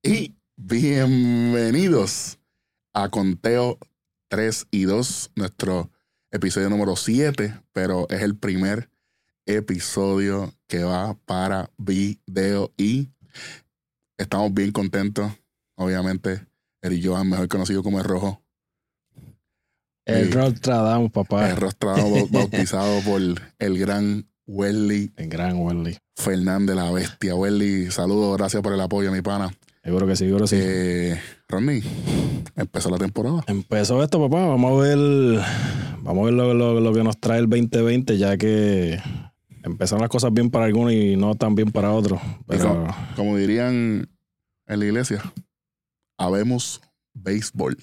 Y bienvenidos a Conteo 3 y 2, nuestro episodio número 7, pero es el primer episodio que va para video y estamos bien contentos. Obviamente, Eric Johan, mejor conocido como El Rojo. El Rostradamus, papá. El Rostradamus bautizado por el gran Welly. El gran Welly. Fernández, la bestia. Welly, saludos, gracias por el apoyo, mi pana. Seguro que sí, seguro sí. Ronnie, empezó la temporada. Empezó esto, papá. Vamos a ver lo que nos trae el 2020, ya que empezaron las cosas bien para algunos y no tan bien para otros. Pero como dirían en la iglesia, habemos béisbol.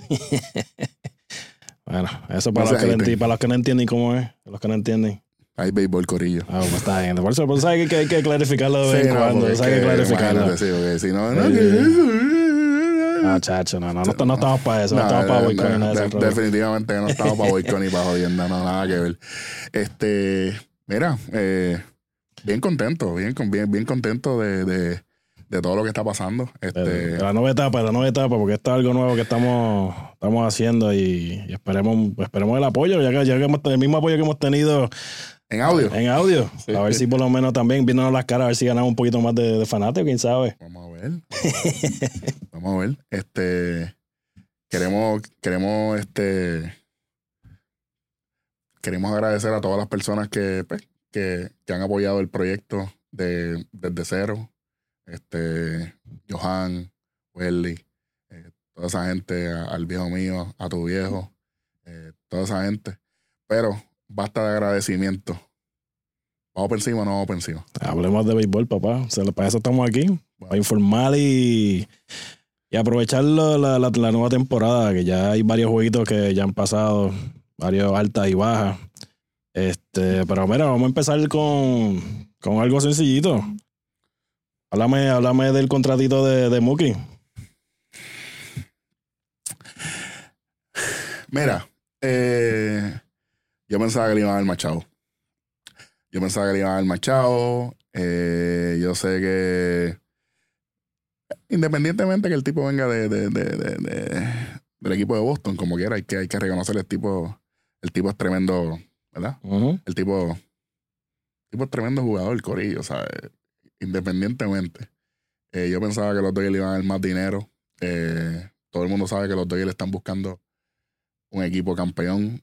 Bueno, eso para los que no entienden cómo es, los que no entienden. Hay béisbol, corillo. Ah, pues está bien. Por eso hay que clarificarlo de vez en cuando. Hay que clarificarlo. Sí, porque si no, no, chacho, no estamos para eso. No estamos para boicot. Definitivamente no estamos para boicot ni para jodienda. No, nada que ver. Mira, bien contento. Bien contento de todo lo que está pasando. La nueva etapa, porque esto es algo nuevo que estamos haciendo y esperemos el apoyo, ya que el mismo apoyo que hemos tenido en audio. Sí. A ver si por lo menos también viéndonos las caras, a ver si ganamos un poquito más de fanáticos, quién sabe. Vamos a ver. Queremos agradecer a todas las personas que han apoyado el proyecto desde cero. Johan, Welly, toda esa gente, al viejo mío, a tu viejo, toda esa gente. Pero basta de agradecimiento. ¿Vamos por encima o no vamos por encima? Hablemos de béisbol, papá. Para eso estamos aquí. Bueno. Para informar y aprovechar la nueva temporada, que ya hay varios jueguitos que ya han pasado, varios altas y bajas. Pero mira, vamos a empezar con algo sencillito. Háblame del contratito de Mookie. Mira, yo pensaba que le iban a dar Machado. Yo sé que independientemente que el tipo venga del equipo de Boston, como quiera, hay que reconocer el tipo es tremendo, ¿verdad? Uh-huh. El tipo es tremendo jugador, corillo, ¿sabes? Independientemente. Yo pensaba que los Dodgers le iban a dar más dinero. Todo el mundo sabe que los Dodgers están buscando un equipo campeón.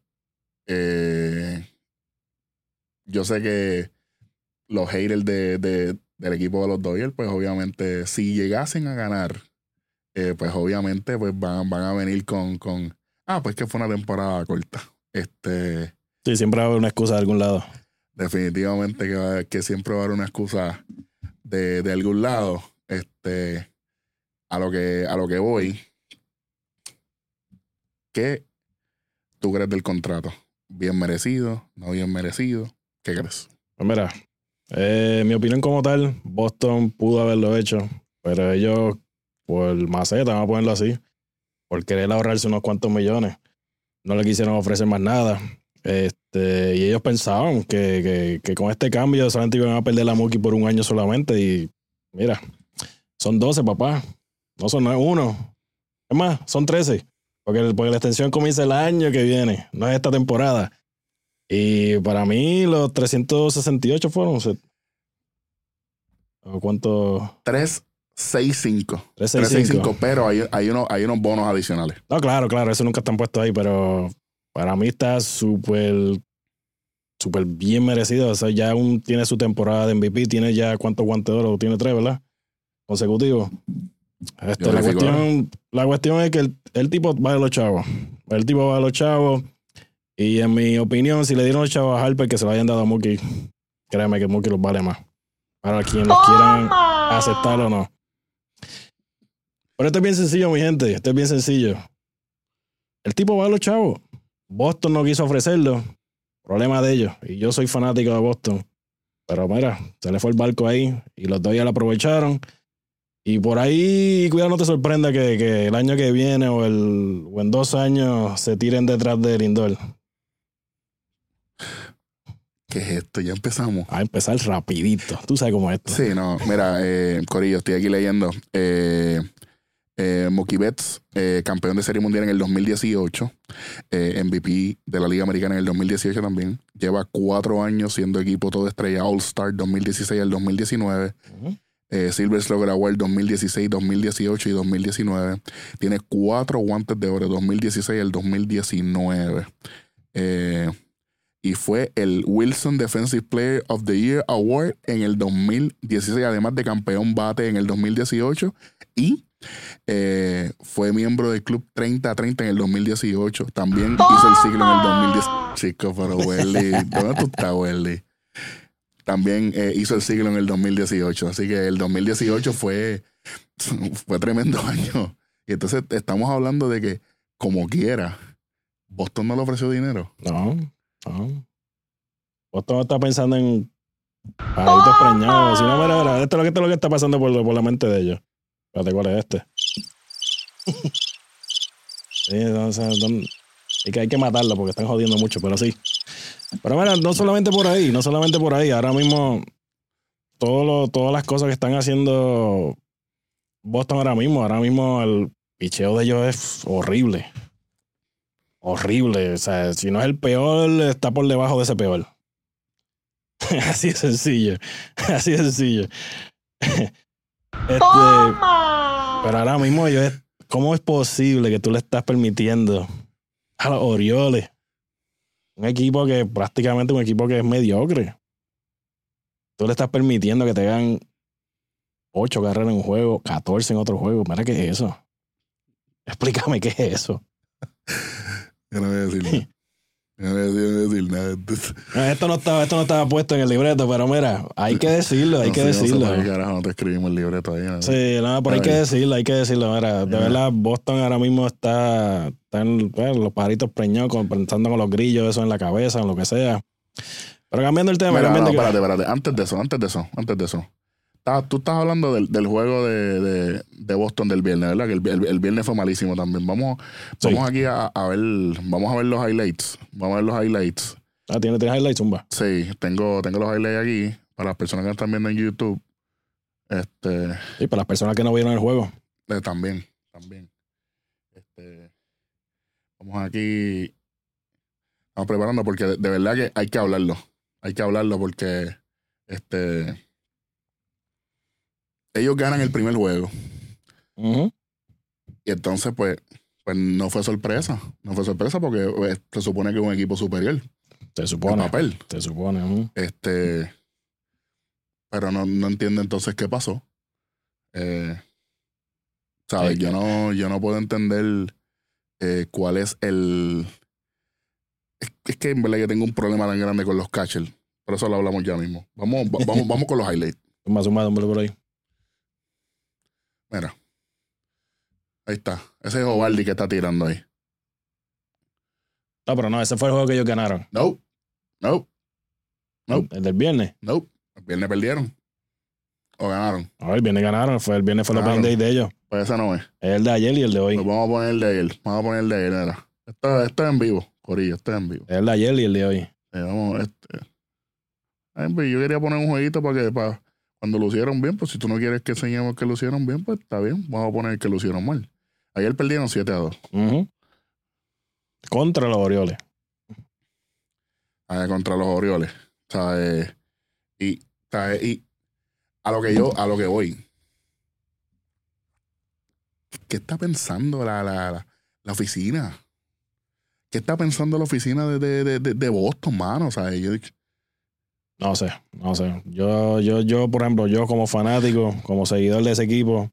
Yo sé que los haters del equipo de los Dodgers, pues obviamente, si llegasen a ganar, pues obviamente pues van a venir con pues que fue una temporada corta. Sí, siempre va a haber una excusa de algún lado. Definitivamente que siempre va a haber una excusa de algún lado. A lo que voy. ¿Qué tú crees del contrato? ¿Bien merecido? ¿No bien merecido? ¿Qué crees? Pues mira, mi opinión como tal, Boston pudo haberlo hecho, pero ellos, por maceta, vamos a ponerlo así, por querer ahorrarse unos cuantos millones, no le quisieron ofrecer más nada. Y ellos pensaban que con este cambio solamente iban a perder la Mookie por un año solamente. Y mira, son 12, papá. No es uno. Es más, son 13. Porque la extensión comienza el año que viene, no es esta temporada. Y para mí los 368 fueron. ¿Cuánto? 365. 365, pero hay unos bonos adicionales. No, claro, eso nunca están puestos ahí, pero para mí está súper bien merecido. O sea, ya tiene su temporada de MVP, tiene ya cuántos guantes de oro, tiene 3, ¿verdad? Consecutivos. La cuestión es que el tipo va de los chavos. El tipo va de los chavos. Y en mi opinión, si le dieron los chavos a Harper, que se lo hayan dado a Mookie, créeme que Mookie los vale más. Para quienes los quieran aceptarlo o no. Pero esto es bien sencillo, mi gente. Esto es bien sencillo. El tipo va a los chavos. Boston no quiso ofrecerlo. Problema de ellos. Y yo soy fanático de Boston. Pero mira, se le fue el barco ahí. Y los dos ya lo aprovecharon. Y por ahí, cuidado, no te sorprenda que el año que viene o en 2 años se tiren detrás de Lindor. ¿Qué es esto? Ya empezamos. A empezar rapidito. Tú sabes cómo es esto. Sí, no, mira, Corillo, estoy aquí leyendo. Mookie Betts, campeón de Serie Mundial en el 2018, MVP de la Liga Americana en el 2018 también. Lleva 4 años siendo equipo todo estrella All-Star 2016 al 2019. Silver Slugger Award 2016, 2018 y 2019. Tiene 4 guantes de oro 2016 al 2019. Y fue el Wilson Defensive Player of the Year Award en el 2016, además de campeón bate en el 2018. Y fue miembro del Club 30-30 en el 2018. También hizo el siglo en el 2010. Chico, pero Welly, ¿dónde tú estás, Welly? También hizo el siglo en el 2018. Así que el 2018 fue tremendo año. Y entonces estamos hablando de que, como quiera, Boston no le ofreció dinero. No. Boston está pensando en pajaritos preñados. Si no, mira, esto es lo que está pasando por la mente de ellos. Espérate, ¿cuál es este? Sí, hay que matarlo porque están jodiendo mucho, pero sí. Pero mira, no solamente por ahí. Ahora mismo, todas las cosas que están haciendo Boston ahora mismo el picheo de ellos es horrible. Horrible. O sea, si no es el peor, está por debajo de ese peor. Así de sencillo. Pero ahora mismo ¿cómo es posible que tú le estás permitiendo a los Orioles, un equipo que es mediocre, tú le estás permitiendo que te hagan 8 carreras en un juego, 14 en otro juego? Mira, ¿qué es eso? Explícame qué es eso. Yo no voy a decir nada. No voy a decir nada. Esto no estaba puesto en el libreto, pero mira, hay que decirlo, hay que decirlo. No sé para qué carajo no te escribimos el libreto ahí, ¿no? Sí, no, pero hay que decirlo. Mira, de verdad, Boston ahora mismo están los pajaritos preñados, pensando con los grillos, eso en la cabeza, en lo que sea. Pero cambiando el tema. Mira, espérate. Antes de eso. Tú estás hablando del juego de Boston del viernes, ¿verdad? Que el viernes fue malísimo también. Vamos aquí a ver, vamos a ver los highlights. ¿Tienes highlights, Zumba? Sí, tengo los highlights aquí para las personas que están viendo en YouTube. Sí, para las personas que no vieron el juego. También. Vamos aquí. Estamos preparando porque de verdad que hay que hablarlo. Hay que hablarlo porque ellos ganan el primer juego. Uh-huh. Y entonces, pues no fue sorpresa. No fue sorpresa porque se supone que es un equipo superior. Se supone. En papel. Se supone. Uh-huh. Pero no entiendo entonces qué pasó. ¿Sabes? Yo no puedo entender cuál es el... Es que en verdad yo tengo un problema tan grande con los catchers. Por eso lo hablamos ya mismo. Vamos con los highlights. Sumado, por ahí. Mira. Ahí está. Ese es Ovaldi que está tirando ahí. No, pero no, ese fue el juego que ellos ganaron. No. El del viernes. No. El viernes perdieron. ¿O ganaron? No, el viernes ganaron. El viernes fue el opening day de ellos. Pues ese no es. Es el de ayer y el de hoy. Pues vamos a poner el de ayer. Mira. Esto es en vivo, Corillo. Esto es en vivo. Es el de ayer y el de hoy. Yo quería poner un jueguito para cuando lo hicieron bien. Pues si tú no quieres que enseñemos que lo hicieron bien, pues está bien. Vamos a poner que lo hicieron mal. Ayer perdieron 7-2. Uh-huh. Contra los Orioles. Contra los Orioles. ¿Sabes? Y a lo que voy. ¿Qué está pensando la oficina? ¿Qué está pensando la oficina de Boston, mano? O sea, No sé. Yo, por ejemplo, yo como fanático, como seguidor de ese equipo,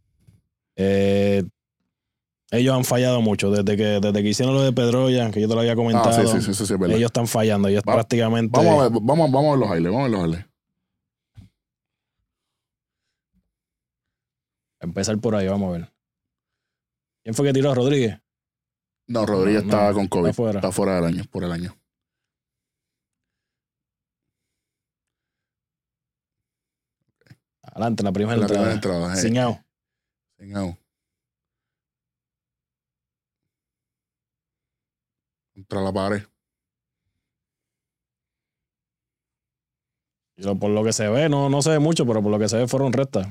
ellos han fallado mucho. Desde que hicieron lo de Pedroya, que yo te lo había comentado, sí, es verdad. ellos están fallando. Ellos prácticamente... Vamos a ver los highlights. Empezar por ahí, vamos a ver. ¿Quién fue que tiró? ¿Rodríguez? No, Rodríguez está con COVID. Está fuera del año, por el año. Adelante, la primera entrada. Sin out. Contra la pared. Por lo que se ve, no se ve mucho, pero por lo que se ve fueron rectas.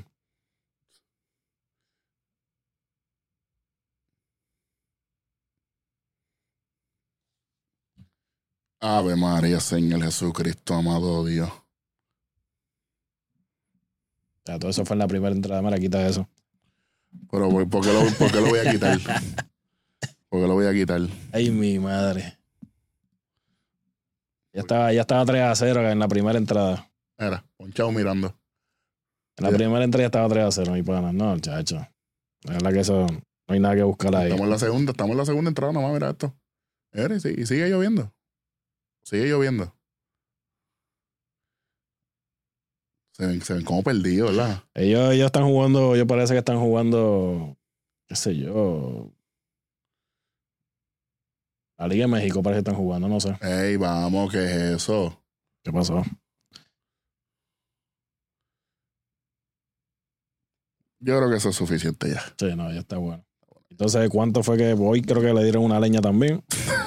Ave María, Señor Jesucristo, amado Dios. Ya, todo eso fue en la primera entrada. Mira, quita eso. Pero ¿por qué lo voy a quitar? ¿Por qué lo voy a quitar? Ay, mi madre. Ya estaba 3-0 en la primera entrada. Era, ponchado mirando. En la primera entrada ya estaba 3-0, mi pana. No, chacho. La verdad que eso no hay nada que buscar ahí. Estamos en la segunda entrada nomás, mira esto. Y sigue lloviendo. Sigue lloviendo. Se ven como perdidos, ¿verdad? Ellos están jugando, yo parece que están jugando, qué sé yo. La Liga de México parece que están jugando, no sé. Ey, vamos, ¿qué es eso? ¿Qué pasó? Yo creo que eso es suficiente ya. Sí, no, ya está bueno. Entonces, ¿cuánto fue que hoy creo que le dieron una leña también?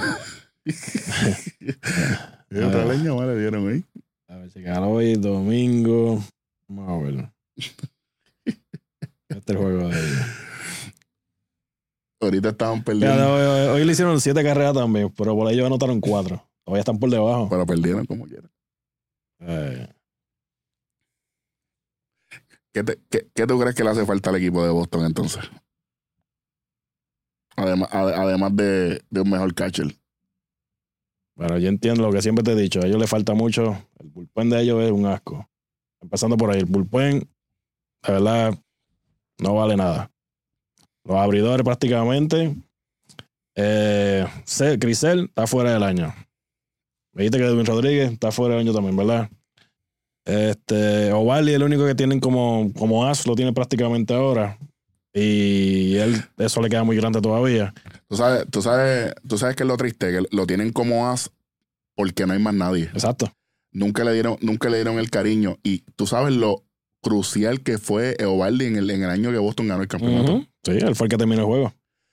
¿Y otra leña más le dieron ahí? A ver, checar hoy, domingo. Vamos a ver. Este es el juego de ellos. Ahorita estaban perdiendo. Mira, hoy le hicieron 7 carreras también, pero por ahí ellos anotaron 4. Todavía están por debajo. Pero perdieron como quieran. ¿Qué tú crees que le hace falta al equipo de Boston entonces? Además de un mejor catcher. Bueno, yo entiendo lo que siempre te he dicho. A ellos les falta mucho. El bullpen de ellos es un asco. Empezando por ahí. El bullpen, de verdad, no vale nada. Los abridores prácticamente. Crisel está fuera del año. Me dijiste que Edwin Rodríguez está fuera del año también, ¿verdad? Ovaldi es el único que tienen como as, lo tiene prácticamente ahora. Y eso le queda muy grande todavía. Tú sabes que es lo triste, que lo tienen como as porque no hay más nadie. Exacto. Nunca le dieron el cariño. Y tú sabes lo crucial que fue Eovaldi en el año que Boston ganó el campeonato. Uh-huh. Sí, él fue el que terminó el juego.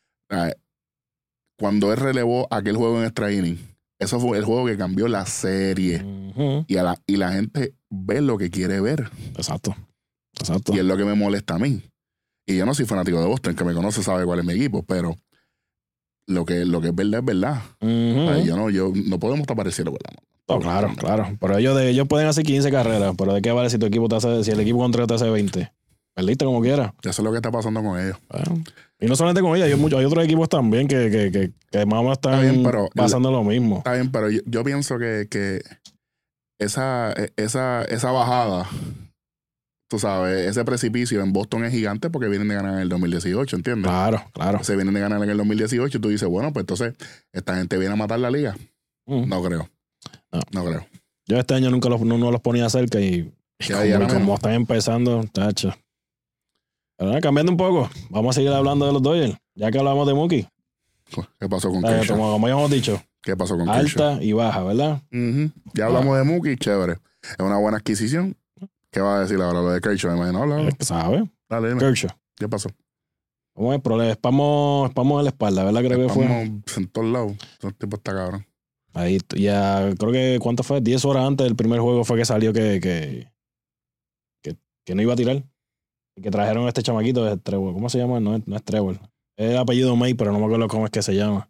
Cuando él relevó aquel juego en extra inning, eso fue el juego que cambió la serie. Uh-huh. Y la gente ve lo que quiere ver. Exacto. Y es lo que me molesta a mí. Y yo no soy fanático de Boston, el que me conoce sabe cuál es mi equipo, pero lo que es verdad es verdad. Uh-huh. Ay, yo no podemos tapar el cielo, ¿verdad? No, claro. Pero ellos pueden hacer 15 carreras, pero ¿de qué vale si tu equipo si el equipo contrario te hace 20? Perdiste como quiera. Eso es lo que está pasando con ellos. Bueno, y no solamente con ellos, hay otros equipos también que más o menos están pasando lo mismo. Está bien, pero yo pienso que esa bajada, tú sabes, ese precipicio en Boston es gigante porque vienen de ganar en el 2018, ¿entiendes? Claro. Se vienen de ganar en el 2018 y tú dices, bueno, pues entonces esta gente viene a matar la liga. No creo. No creo. Yo este año nunca no los ponía cerca y como están empezando, tacho. Pero cambiando un poco, vamos a seguir hablando de los Dodgers, ya que hablamos de Mookie. ¿Qué pasó con Kershaw? Como habíamos dicho. ¿Qué pasó con Kershaw? Alta y baja, ¿verdad? Uh-huh. Ya hablamos de Mookie, chévere. Es una buena adquisición. ¿Qué va a decir ahora lo de Kershaw? Me imagino. ¿Sabe? Dale, dime. Kershaw. ¿Qué pasó? ¿Cómo es el problema? Espamos en la espalda, ¿verdad? Creo que fue. Estamos en todos lados. Todo el tiempo está cabrón. Ahí ya, creo que, ¿cuánto fue? 10 horas antes del primer juego fue que salió que no iba a tirar. Y que trajeron a este chamaquito de Trevor. ¿Cómo se llama? No es Trevor. Es el apellido May, pero no me acuerdo cómo es que se llama.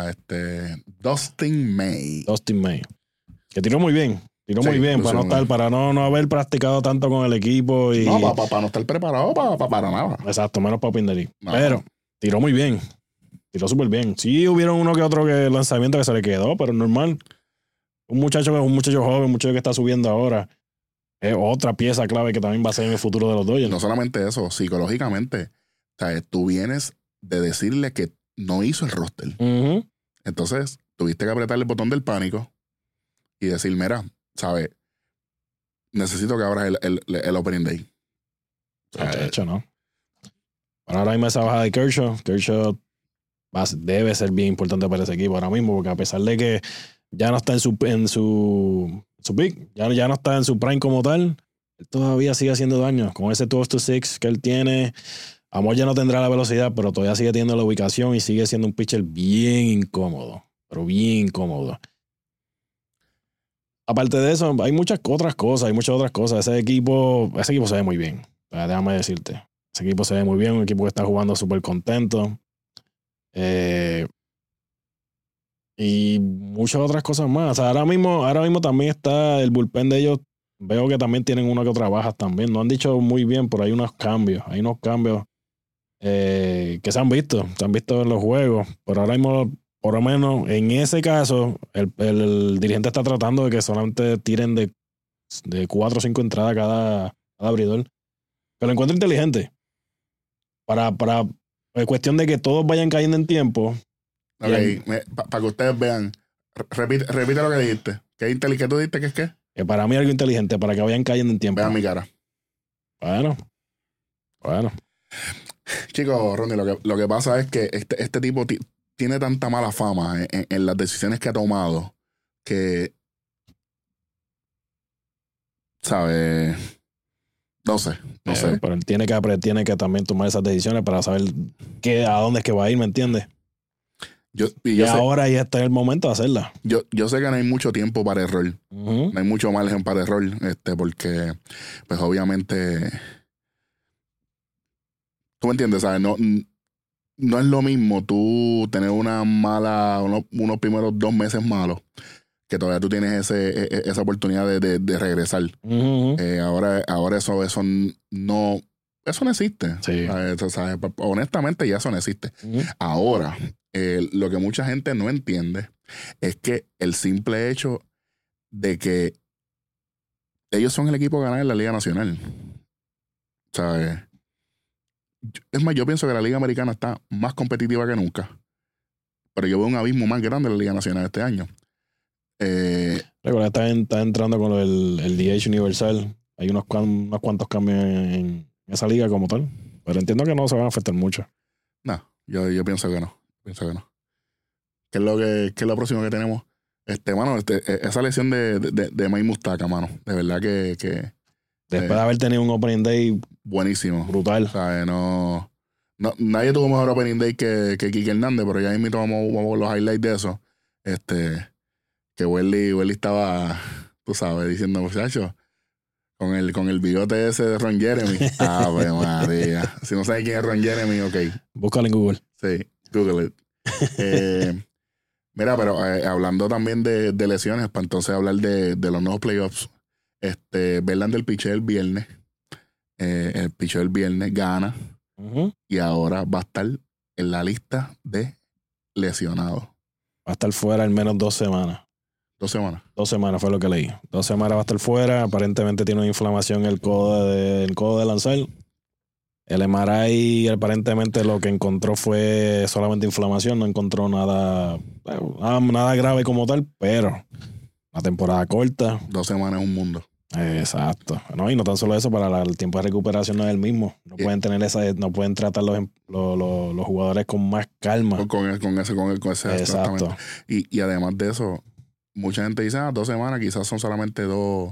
Dustin May. Dustin May. Que tiró muy bien. Muy bien para no haber practicado tanto con el equipo. Y... No, para no estar preparado para nada. Exacto, menos para Pindery. No. Pero tiró muy bien. Tiró súper bien. Sí, hubieron uno que otro lanzamiento que se le quedó, pero normal. Un muchacho joven, un muchacho que está subiendo ahora. Es otra pieza clave que también va a ser en el futuro de los Dodgers. No solamente eso, psicológicamente. O sea, tú vienes de decirle que no hizo el roster. Uh-huh. Entonces, tuviste que apretar el botón del pánico y decir, mira, ¿sabes? Necesito que abras el opening day. De hecho, no. Ahora mismo esa bajada de Kershaw debe ser bien importante para ese equipo ahora mismo, porque a pesar de que ya no está en su peak, ya no está en su prime como tal, él todavía sigue haciendo daño. Con ese 2-6 que él tiene, Amor ya no tendrá la velocidad, pero todavía sigue teniendo la ubicación y sigue siendo un pitcher bien incómodo, pero bien incómodo. aparte de eso, hay muchas otras cosas. Ese equipo se ve muy bien. O sea, déjame decirte. Ese equipo se ve muy bien, un equipo que está jugando súper contento. Y muchas otras cosas más. O sea, ahora mismo también está el bullpen de ellos. Veo que también tienen una que otra baja también. No han dicho muy bien, pero hay unos cambios. Hay unos cambios que se han visto en los juegos. Pero ahora mismo, por lo menos en ese caso, el dirigente está tratando de que solamente tiren de 4 o 5 entradas cada abridor. Que lo encuentro inteligente. Para cuestión de que todos vayan cayendo en tiempo. Ok, para que ustedes vean. Repite lo que dijiste. ¿Qué tú dijiste que es qué? Que para mí algo inteligente, para que vayan cayendo en tiempo. Vean mi cara. Bueno. Chicos, Ronnie, lo que pasa es que este tipo tiene tanta mala fama en las decisiones que ha tomado que, ¿sabes? No sé. Pero él tiene que también tomar esas decisiones para saber a dónde es que va a ir, ¿me entiendes? Ahora ya está el momento de hacerla. Yo sé que no hay mucho tiempo para error. Uh-huh. No hay mucho margen para error, porque, pues obviamente, tú me entiendes, ¿sabes? No es lo mismo tú tener unos primeros 2 meses malos, que todavía tú tienes esa oportunidad de regresar. Uh-huh. Ahora eso no existe. Sí. ¿Sabes? Honestamente ya eso no existe. Uh-huh. Ahora, lo que mucha gente no entiende es que el simple hecho de que ellos son el equipo ganador en la Liga Nacional. ¿Sabes? Es más, yo pienso que la Liga Americana está más competitiva que nunca. Pero yo veo un abismo más grande en la Liga Nacional este año. Recuerda, está entrando con el DH universal. Hay unos cuantos cambios en esa liga como tal. Pero entiendo que no se van a afectar mucho. No, yo pienso que no. ¿Qué es lo próximo que tenemos? Mano, esa lesión de Mike Mustaka, mano. De verdad que después de haber tenido un opening day buenísimo. Brutal. ¿Sabes? No, nadie tuvo mejor opening day que Kike Hernández, pero ya mismo vamos con los highlights de eso. Que Welly estaba, tú sabes, diciendo, muchachos, con el bigote ese de Ron Jeremy. Ave María. Si no sabes quién es Ron Jeremy, ok. Búscalo en Google. Sí, Google it. Mira, pero hablando también de lesiones, para entonces hablar de los nuevos playoffs. Verlander pichó el viernes. El pichó el viernes, gana. Uh-huh. Y ahora va a estar en la lista de lesionados. Va a estar fuera al menos 2 semanas. 2 semanas. 2 semanas fue lo que leí. 2 semanas va a estar fuera. Aparentemente tiene una inflamación en el codo de lanzar. El MRI aparentemente lo que encontró fue solamente inflamación. No encontró nada grave como tal, pero una temporada corta. 2 semanas es un mundo. Exacto. No, y no tan solo eso, para el tiempo de recuperación no es el mismo. No pueden tener no pueden tratar los jugadores con más calma. Con ese exacto. Y además de eso, mucha gente dice, 2 semanas quizás son solamente dos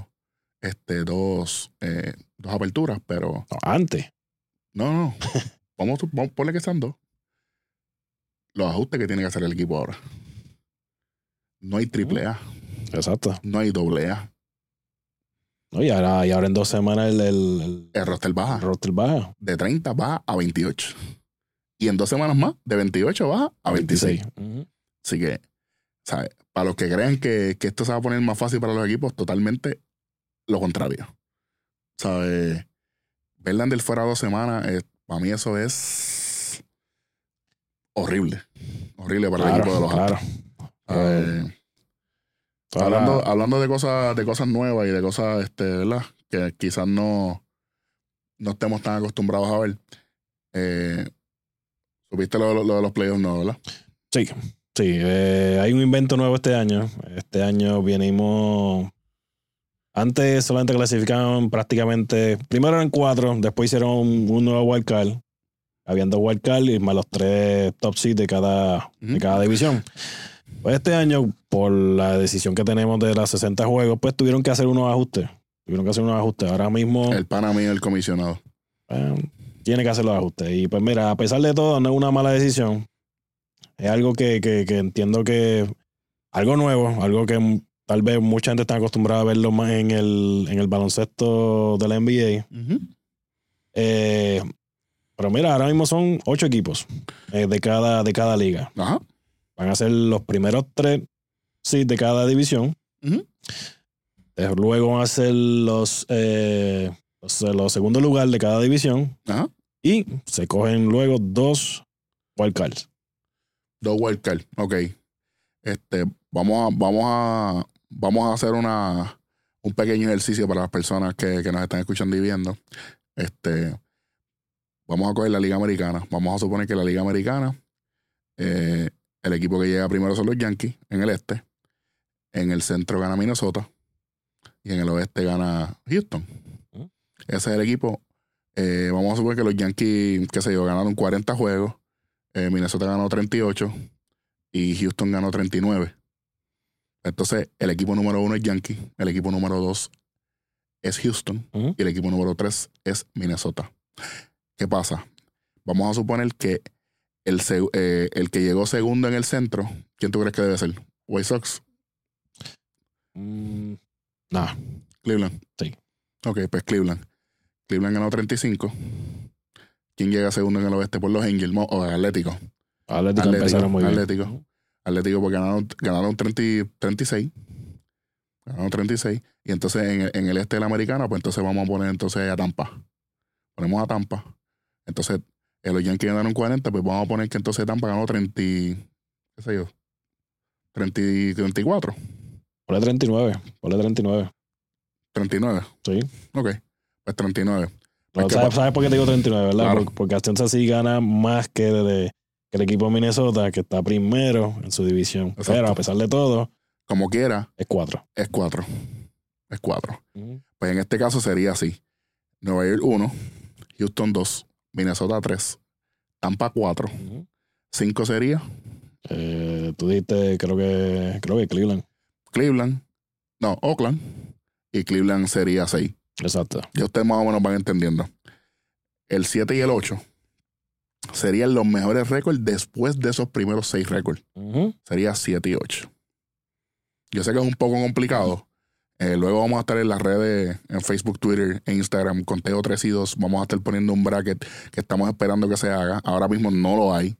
aperturas, pero... No, antes. No. Vamos a ponerle que sean 2. Los ajustes que tiene que hacer el equipo ahora. No hay AAA. Exacto. No hay AA. No, y ahora en 2 semanas el roster baja. El roster baja. De 30 baja a 28. Y en 2 semanas más, de 28 baja a 26. Uh-huh. Así que, ¿sabes? Para los que crean que esto se va a poner más fácil para los equipos, totalmente lo contrario. ¿Sabes? Verlander fuera 2 semanas, para mí eso es horrible. Horrible para el equipo de los Astros. Hablando de cosas nuevas y de cosas, ¿verdad? Que quizás no estemos tan acostumbrados a ver. ¿Supiste lo de los playoffs nuevos, verdad? Sí. Hay un invento nuevo este año. Este año venimos... Antes solamente clasificaban prácticamente... Primero eran 4, después hicieron un nuevo wildcard. Habían 2 wildcards y más los 3 top seeds de cada división. Pues este año, por la decisión que tenemos de las 60 juegos, pues tuvieron que hacer unos ajustes. Ahora mismo... El pana mío, el comisionado. Tiene que hacer los ajustes. Y pues mira, a pesar de todo, no es una mala decisión. Es algo que entiendo que... Algo nuevo, algo que tal vez mucha gente está acostumbrada a verlo más en el baloncesto de la NBA. Uh-huh. Pero mira, ahora mismo son 8 equipos de cada liga. Ajá. Van a ser los primeros 3 seeds de cada división. Uh-huh. Luego van a ser los segundos lugares de cada división. Ajá. Y se cogen luego 2 wildcards. 2 wildcards, ok. Vamos a hacer un pequeño ejercicio para las personas que nos están escuchando y viendo. Vamos a coger la Liga Americana. Vamos a suponer que la Liga Americana, el equipo que llega primero son los Yankees en el este. En el centro gana Minnesota. Y en el oeste gana Houston. Ese es el equipo. Vamos a suponer que los Yankees, qué sé yo, ganaron 40 juegos. Minnesota ganó 38 y Houston ganó 39. Entonces, el equipo número 1 es Yankees, el equipo número 2 es Houston y el equipo número 3 es Minnesota. ¿Qué pasa? Vamos a suponer que el que llegó segundo en el centro, ¿quién tú crees que debe ser? ¿White Sox? No. Cleveland. Sí. Ok, pues Cleveland. Cleveland ganó 35. ¿Quién llega segundo en el oeste? Por los Angels o Atlético. Atlético empezaron muy bien. Atlético porque ganaron 36. Ganaron 36. Y entonces en el este de la americana, pues entonces vamos a poner entonces a Tampa. Ponemos a Tampa. Entonces, los Yankees ganaron 40, pues vamos a poner que entonces Tampa ganó 30, qué sé yo, 34. Ponle 39. 39. Sí. Ok, pues 39. No, ¿sabes por qué te digo 39, verdad? Claro. Porque Ascensa sí gana más que el equipo de Minnesota, que está primero en su división. Exacto. Pero a pesar de todo, como quiera, es 4. Es 4. Pues en este caso sería así. Nueva York 1, Houston 2, Minnesota 3, Tampa 4. 5 sería. Tú dijiste, creo que Cleveland. No, Oakland. Y Cleveland sería 6. Exacto. Ya ustedes más o menos van entendiendo. El 7 y el 8 serían los mejores récords después de esos primeros 6 récords. Sería 7 y 8. Yo sé que es un poco complicado. Luego vamos a estar en las redes, en Facebook, Twitter e Instagram, Conteo 3 y 2. Vamos a estar poniendo un bracket que estamos esperando que se haga. Ahora mismo no lo hay.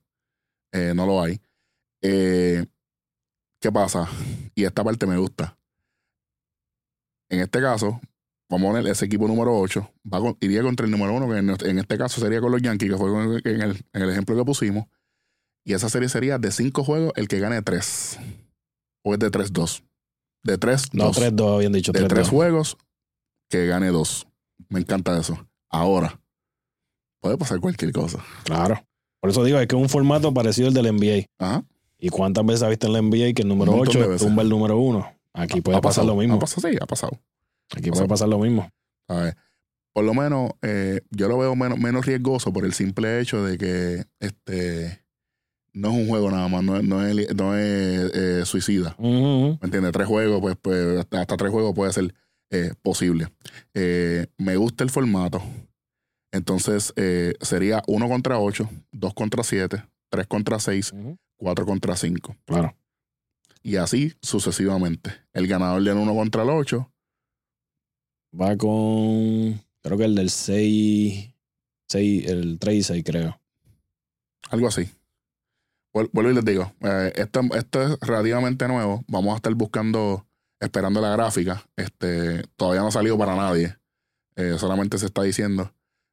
¿Qué pasa? Y esta parte me gusta. En este caso, vamos a poner ese equipo número 8. Iría contra el número 1, que en este caso sería con los Yankees, que fue en el ejemplo que pusimos. Y esa serie sería de 5 juegos el que gane 3. O es de 3-2. De 3-2. No, 3-2 habían dicho. De 3 juegos que gane 2. Me encanta eso. Ahora, puede pasar cualquier cosa. Claro. Por eso digo, es que es un formato parecido al del NBA. Ajá. ¿Y cuántas veces has visto en la NBA que el número 8 tumba el número 1? Aquí puede pasar lo mismo. Ha pasado. Aquí puede pasar lo mismo. A ver, por lo menos yo lo veo menos riesgoso por el simple hecho de que no es un juego nada más, no es suicida. ¿Me entiendes? 3 juegos, pues hasta 3 juegos puede ser posible. Me gusta el formato. Entonces sería 1 contra 8, 2 contra 7, 3 contra 6, 4 contra 5. Claro. Y así sucesivamente. El ganador del 1 contra el 8 va con, creo que el del 6, el 3 y 6, creo. Algo así. Vuelvo y les digo, esto es relativamente nuevo. Vamos a estar esperando la gráfica. Todavía no ha salido para nadie. Solamente se está diciendo.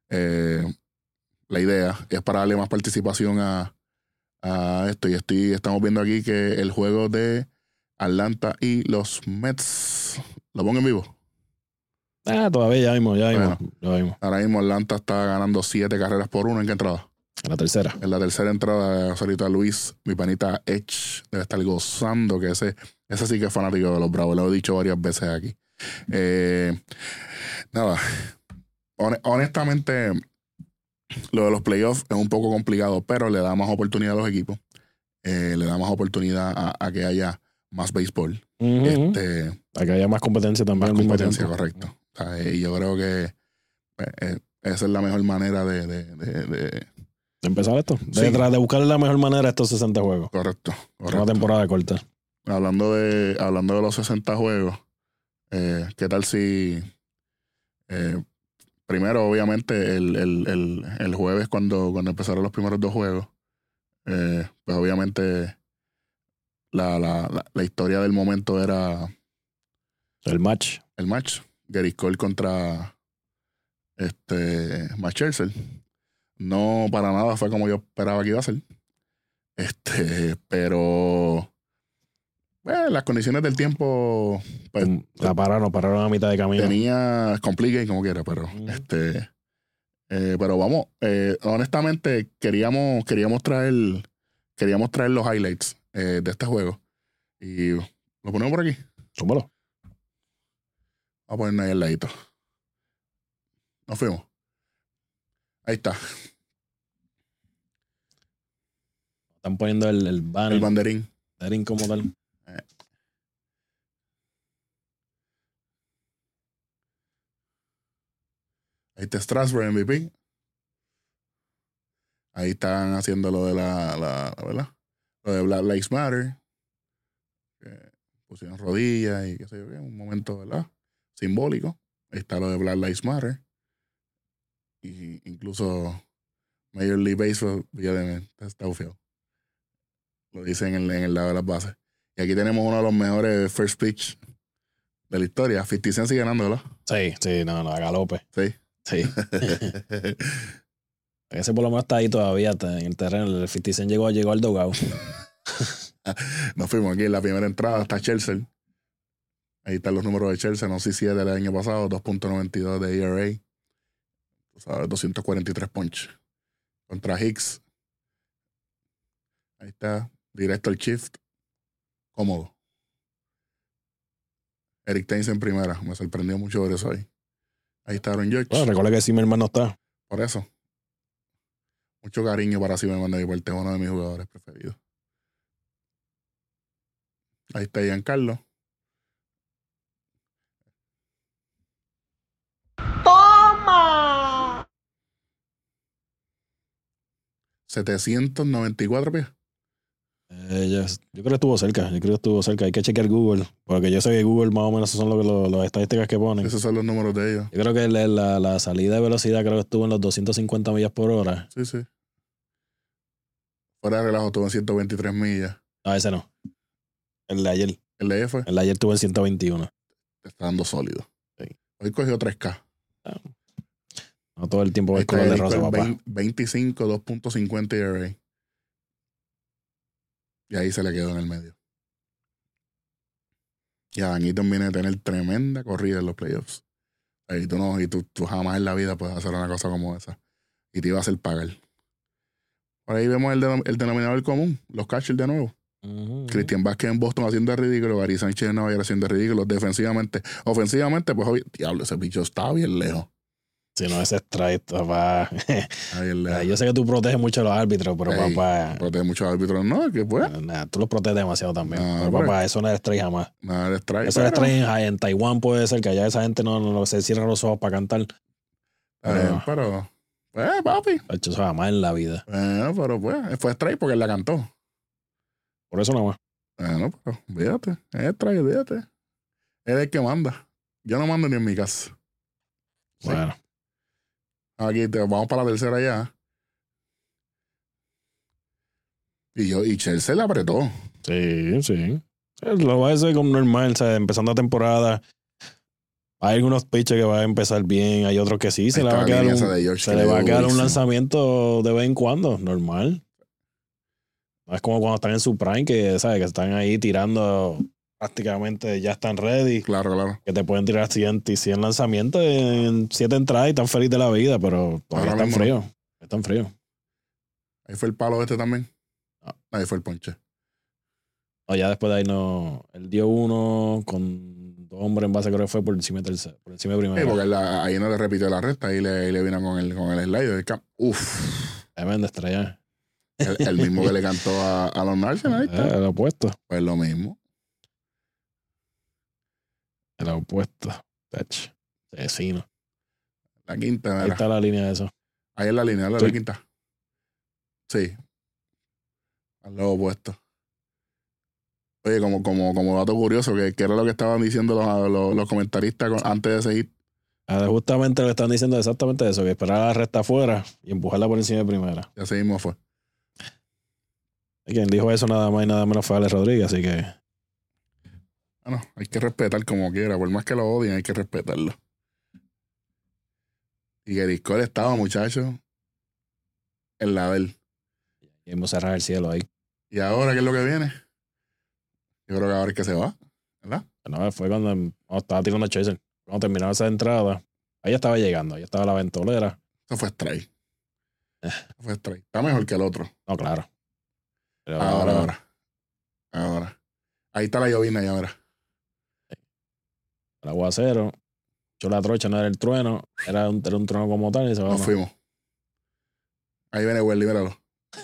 La idea es para darle más participación a esto. Y estamos viendo aquí que el juego de Atlanta y los Mets, ¿lo pongo en vivo? Todavía ya vimos. Ahora mismo Atlanta está ganando 7 carreras por 1. ¿En qué entrada? En la tercera. En la tercera entrada, ahorita Luis, mi panita Edge, debe estar gozando, que ese sí que es fanático de los Bravos. Lo he dicho varias veces aquí. Nada. Honestamente, lo de los playoffs es un poco complicado, pero le da más oportunidad a los equipos. Le da más oportunidad a que haya más béisbol. A que haya más competencia también. Más competencia, correcto. Y yo creo que esa es la mejor manera de empezar esto. Sí. De buscar la mejor manera estos 60 juegos. Correcto. Una temporada corta. hablando de los 60 juegos, ¿qué tal si primero, obviamente, el jueves cuando empezaron los primeros 2 juegos, pues obviamente la historia del momento era El match. el match. Gerrit Cole contra Max Scherzer. No para nada fue como yo esperaba que iba a ser. Pero las condiciones del tiempo pues, La pararon a mitad de camino. tenía complique como quiera, pero pero vamos, honestamente queríamos traer los highlights de este juego y lo ponemos por aquí. Súmalo. Vamos a ponernos ahí al ladito. Nos fuimos. Ahí está. Están poniendo el banner. El banderín. Banderín como tal. Ahí está Strasburg MVP. Ahí están haciendo lo de la ¿verdad? Lo de Black Lives Matter. Pusieron rodillas y qué sé yo qué. Un momento, ¿verdad? Simbólico. Ahí está lo de Black Lives Matter. Y incluso Major League Baseball, está ufio. Lo dicen en el lado de las bases. Y aquí tenemos uno de los mejores first pitch de la historia. 50 Cent sigue ganando, ¿verdad? Sí, no, a galope. Sí. Sí. Ese por lo menos está ahí todavía en el terreno. El 50 Cent llegó al dugout. Nos fuimos aquí en la primera entrada. Está Scherzer. Ahí están los números de Scherzer. No sé si es del año pasado. 2.92 de ERA. Tú sabes, 243 punch. Contra Hicks. Ahí está. Directo al shift. Cómodo. Eric Thames en primera. Me sorprendió mucho ver eso ahí. Ahí está Aaron Judge. Bueno, recuerda que Zimmerman no está. Por eso. Mucho cariño para Zimmerman de mi parte. Uno de mis jugadores preferidos. Ahí está Giancarlo. ¡Toma! 794 pies. Yo creo que estuvo cerca. Hay que chequear Google. Porque yo sé que Google más o menos son las estadísticas que ponen. Esos son los números de ellos. Yo creo que la salida de velocidad creo que estuvo en los 250 millas por hora. Sí. Fuera de relajo estuvo en 123 millas. No, ese no. El de ayer. El de fue. El de ayer estuvo en 121. Te está dando sólido. Sí. Hoy cogió 3K. No todo el tiempo va el color de rosa, papá. 25, 2.50 ERA. Y ahí se le quedó en el medio. Y Adam Eaton viene a tener tremenda corrida en los playoffs. Y tú jamás en la vida puedes hacer una cosa como esa. Y te iba a hacer pagar. Por ahí vemos el denominador común. Los catchers de nuevo. Christian Vázquez en Boston haciendo de ridículo. Gary Sánchez en Nueva York haciendo de ridículo. Defensivamente. Ofensivamente, pues diablo, ese bicho está bien lejos. Si no, ese strike, papá. Bien lejos. Yo sé que tú proteges mucho a los árbitros, pero papá. Protege mucho a los árbitros. No, que pues. Nada, tú los proteges demasiado también. No, pero papá, eso no es strike jamás. Nada de strike. Eso es strike en Taiwán, puede ser que allá esa gente no se cierra los ojos para cantar. Pero papi. Eso jamás en la vida. Bueno, pero pues, fue strike porque él la cantó. Por eso nada más. Bueno, pero fíjate, es strike, fíjate. Él es el que manda. Yo no mando ni en mi casa. Sí. Bueno. Aquí vamos para la tercera ya. Y Chelsea le apretó. Sí. Lo va a hacer como normal, ¿sabes? Empezando la temporada. Hay algunos pitches que van a empezar bien, hay otros que sí, se le va a quedar un lanzamiento de vez en cuando, normal. No es como cuando están en su prime, que sabes que están ahí tirando prácticamente, ya están ready. Claro. Que te pueden tirar 100 lanzamientos en 7 entradas y están feliz de la vida, pero todavía están fríos. Están fríos. Ahí fue el palo también. Ahí fue el ponche. No, ya después de ahí no. Él dio uno con 2 hombres en base, creo que fue por encima de primero. Sí, porque ahí no le repitió la recta, ahí le vino con el slider. Uf. Tremenda estrella. El mismo que le cantó a los Martians, ahí está. El opuesto. Pues lo mismo. El opuesto. Vecino. La quinta, ¿verdad? Ahí está la línea de eso. Ahí es la línea, la quinta. Sí. Al lado opuesto. Oye, como dato curioso, que era lo que estaban diciendo los comentaristas antes de ese hit. Justamente le están diciendo exactamente eso, que esperar a la recta afuera y empujarla por encima de primera. Y así mismo fue. Y quien dijo eso nada más y nada menos fue Alex Rodríguez, así que... Bueno, hay que respetar como quiera, por más que lo odien, hay que respetarlo. Y que Discord estaba, muchachos, en la del. Y vamos a cerrar el cielo ahí. ¿Y ahora qué es lo que viene? Yo creo que ahora es que se va, ¿verdad? No, fue cuando estaba tirando a Chaser. Cuando terminaron esa entrada, ahí estaba llegando, ahí estaba la ventolera. Eso fue strike. Fue strike. Está mejor que el otro. No, claro. Pero Ahora. Ahí está la llovina ya, verá. El aguacero, echó la trocha, no era el trueno, era un trueno como tal y se va. Nos fuimos. Ahí viene Welly, míralo.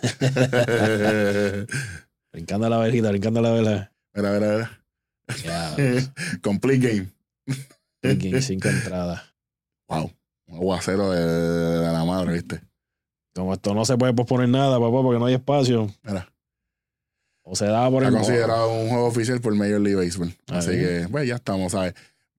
Brincando la verjita, brincando la vela. Mira. Ya, Complete game. 5 entradas. Wow. Un aguacero de la madre, ¿viste? Como esto no se puede posponer nada, papá, porque no hay espacio. Mira. O se da por Está el considerado un juego oficial por Major League Baseball. Así Ahí. que, pues ya estamos, ¿sabes?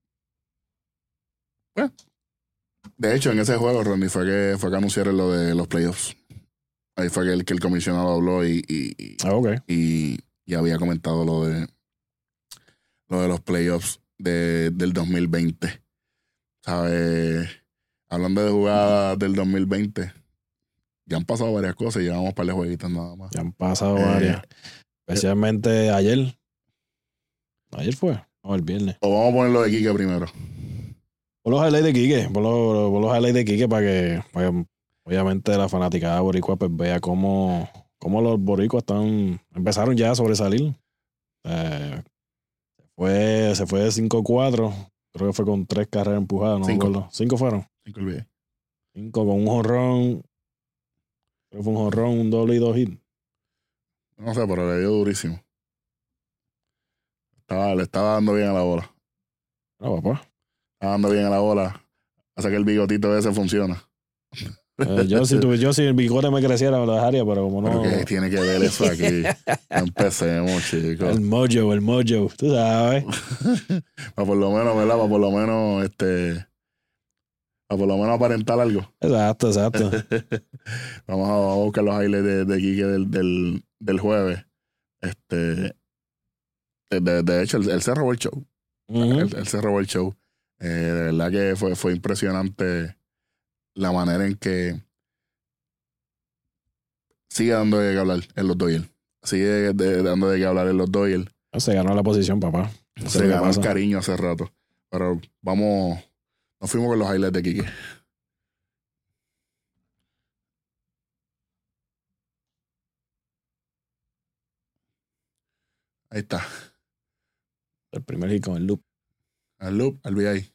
Bueno, de hecho, en ese juego, Ronnie, fue que anunciaron lo de los playoffs. Ahí fue que el comisionado habló ok. y había comentado lo de los playoffs del 2020. ¿Sabes? Hablando de jugadas del 2020, ya han pasado varias cosas, llevamos un par de jueguitos nada más. Ya han pasado varias. Especialmente ayer. Ayer fue. No, el viernes. O vamos a ponerlo de Quique primero. Por los highlights de Quique. Por los highlights de Quique para que obviamente la fanaticada boricua pues vea cómo los boricuas empezaron ya a sobresalir. Se fue de 5-4. Creo que fue con 3 carreras empujadas. No 5. 5 fueron. 5 olvidé. 5 con un jonrón. Creo que fue un jonrón, un doble y 2 hits. No sé, pero le dio durísimo. Le estaba dando bien a la bola. No, papá. Estaba dando bien a la bola. Hace que el bigotito ese funciona. Yo si el bigote me creciera me lo dejaría, pero como no... Pero que tiene que ver eso aquí. No empecemos, chicos. El mojo, tú sabes. Para por lo menos, ¿verdad? Para por lo menos aparentar algo. Exacto. Vamos a buscar los highlights de Quique del jueves. De hecho, él se robó el show. Uh-huh. Él se robó el show. De verdad que fue impresionante la manera en que sigue dando de qué hablar en los Dodgers. Sigue dando de qué hablar en los Dodgers. Se ganó la posición, papá. Se ganó el cariño hace rato. Pero nos fuimos con los highlights de Quique. Ahí está. El primer hit con el loop. Al loop, al VI.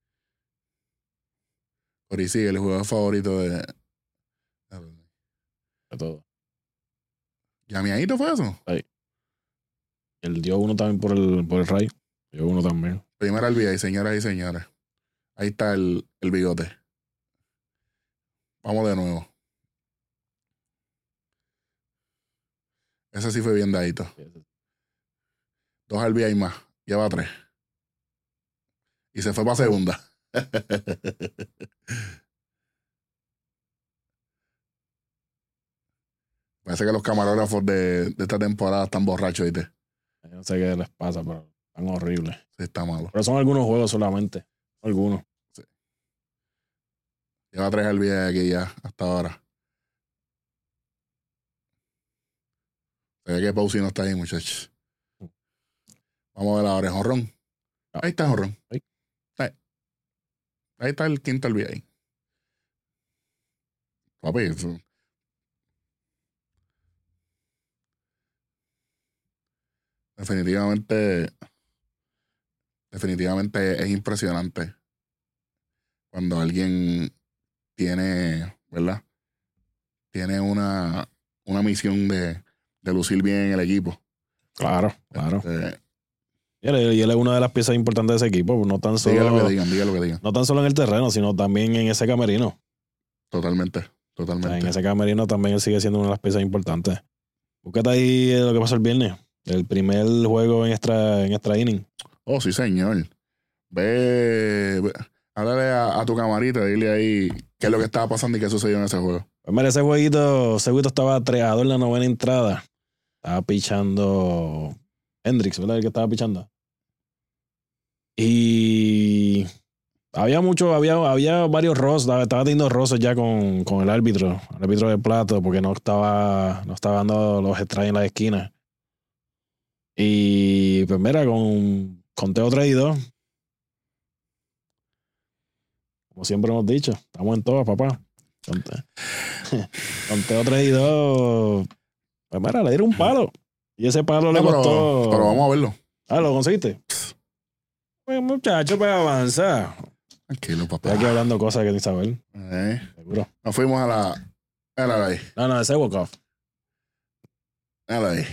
Por sigue el jugador favorito de todo. ¿Llamiadito fue eso? Ahí. Él dio uno también por el Ray. Dio uno también. Primero al VI, señoras y señores. Ahí está el bigote. Vamos de nuevo. Ese sí fue bien dadito. 2 al VI más. Lleva 3. Y se fue para segunda. Parece que los camarógrafos de esta temporada están borrachos, ¿viste? No sé qué les pasa, pero están horribles. Sí, está malo. Pero son algunos juegos solamente. Algunos. Sí. Lleva 3 al VI aquí ya, hasta ahora. Se ve que Pausi no está ahí, muchachos. Vamos a ver ahora, jonrón. Ahí está jonrón. Ahí está el quinto al VI. Papi, eso. Definitivamente es impresionante cuando alguien tiene, ¿verdad? Tiene una misión de lucir bien en el equipo. Claro. Y él es una de las piezas importantes de ese equipo. No tan solo, diga lo que digan. No tan solo en el terreno, sino también en ese camerino. Totalmente. En ese camerino también él sigue siendo una de las piezas importantes. Búscate ahí lo que pasó el viernes. El primer juego en extra inning. Oh, sí, señor. Háblale a tu camarita, dile ahí qué es lo que estaba pasando y qué sucedió en ese juego. Pues mira, ese jueguito estaba 3-2 en la novena entrada. Estaba pichando Hendricks, ¿verdad? El que estaba pichando. Y había varios roces, estaba teniendo roces ya con el árbitro de plato, porque no estaba dando los strikes en la esquina. Y pues mira, con conteo 3-2. Como siempre hemos dicho, estamos en todas, papá. Conteo 3-2. Pues mira, le dieron un palo. Y ese palo le costó. Pero vamos a verlo. Ah, ¿lo conseguiste? Pues muchacho, pues avanza. Tranquilo, papá. Estoy aquí hablando cosas que ni saber. Seguro. Nos fuimos a la. Mírala ahí. No, ese walk-off. Mírala ahí.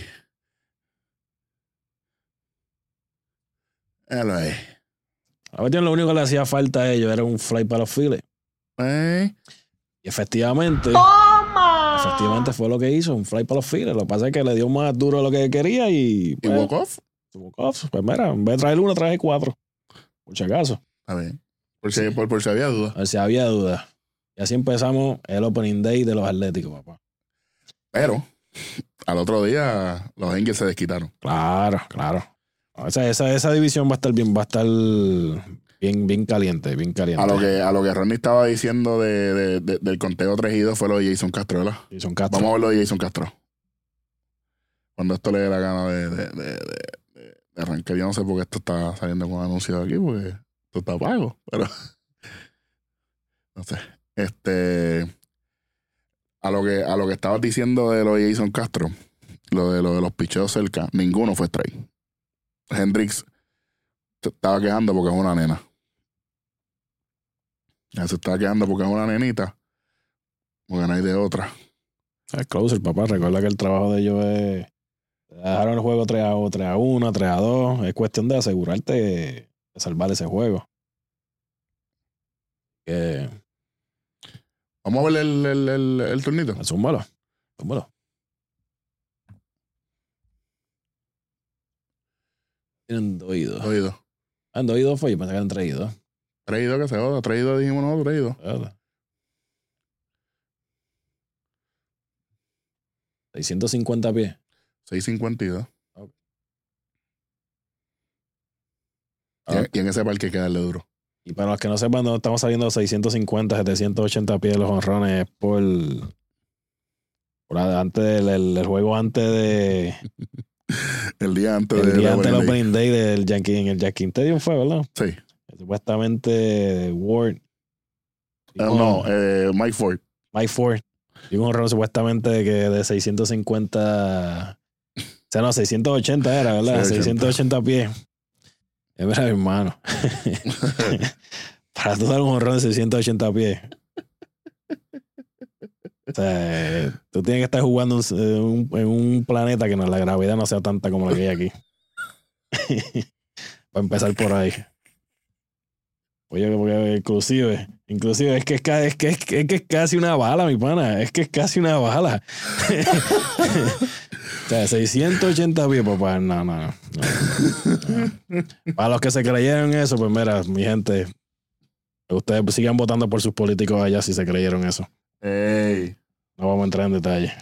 Mírala ahí. A cuestión, lo único que le hacía falta a ellos era un fly para los Phillies. Y efectivamente fue lo que hizo, un fly para los Phillies. Lo que pasa es que le dio más duro de lo que quería y... ¿Y walk-off? Pues mira, en vez de traer uno, traje 4. Por si acaso. A ver. Por si había duda. Por si había duda. Y así empezamos el opening day de los Atléticos, papá. Pero, al otro día, los Angels se desquitaron. Claro. Esa división va a estar bien caliente, bien caliente. A lo que Ronnie estaba diciendo del conteo 3-2 fue lo de Jason Castro, ¿verdad? Vamos a ver lo de Jason Castro. Cuando esto le dé la gana de arrancar. Yo no sé por qué esto está saliendo con anuncios aquí, porque esto está pago, pero no sé. A lo que estabas diciendo de lo de Jason Castro, lo de los picheos cerca, ninguno fue strike. Hendricks se estaba quejando porque es una nena. Ya se estaba quejando porque es una nenita. Porque no hay de otra. Es closer, papá. Recuerda que el trabajo de ellos es... Dejaron el juego 3-1, 3-2. Es cuestión de asegurarte de salvar ese juego. Vamos a ver el turnito. Zúmbalo. Tienen 2-2. 2-2. En 2-2 fue, yo pensé que eran 3-2. 3-2 que se joda. 3-2 dijimos nosotros, 3-2. 650 pies. 652. Okay. Y en ese parque hay que darle duro. Y para los que no sepan, no estamos saliendo 650, 780 pies de los honrones por antes del juego antes de... El día antes del opening day del Yankee, en el Yankee Stadium fue, ¿verdad? Sí. Supuestamente Ward. Mike Ford. Mike Ford. Y un honrón supuestamente de 650... O sea, no, 680 era, ¿verdad? 680 pies. Es verdad, hermano. Para tú dar un honrón de 680 pies. O sea, tú tienes que estar jugando en un planeta que la gravedad no sea tanta como la que hay aquí. Para empezar por ahí. Oye, porque inclusive es que es casi una bala, mi pana. Es que es casi una bala. O sea, 680 pies, papá. No. Para los que se creyeron eso, pues mira, mi gente, ustedes sigan votando por sus políticos allá si se creyeron eso. Ey. No vamos a entrar en detalle.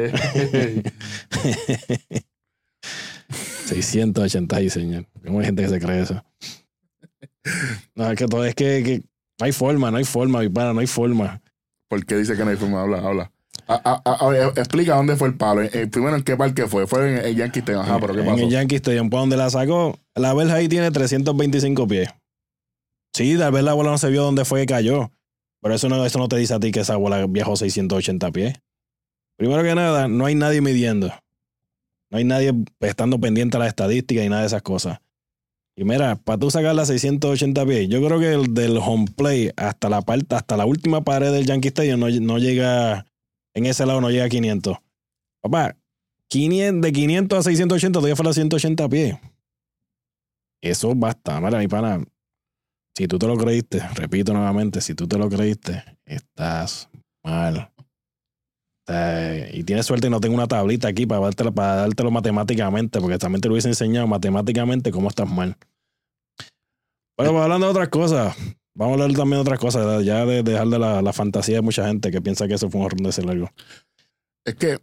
686, señor. ¿Cómo hay gente que se cree eso? No, es que no hay forma, mi pana, no hay forma. ¿Por qué dice que no hay forma? Habla. Explica dónde fue el palo. Primero, ¿en qué parque fue? Fue en el Yankee Stadium. Ajá, pero ¿qué pasó? En el Yankee Stadium, ¿por donde la sacó? La verja ahí tiene 325 pies. Sí, tal vez la bola no se vio dónde fue que cayó. Pero eso no te dice a ti que esa bola viajó 680 pies. Primero que nada, no hay nadie midiendo. No hay nadie estando pendiente a las estadísticas y nada de esas cosas. Y mira, para tú sacar las 680 pies, yo creo que el del home play hasta la última pared del Yankee Stadium no llega, en ese lado no llega a 500. Papá, de 500 a 680 todavía fue a 180 pies. Eso basta, mira, mi pana. Si tú te lo creíste, repito nuevamente, si tú te lo creíste, estás mal. Y tienes suerte y no tengo una tablita aquí para dártelo matemáticamente, porque también te lo hubiese enseñado matemáticamente cómo estás mal. Bueno, pues hablando de otras cosas, vamos a hablar también de otras cosas, ¿verdad? Ya de dejar de la fantasía de mucha gente que piensa que eso fue un horror de ese largo. Es que.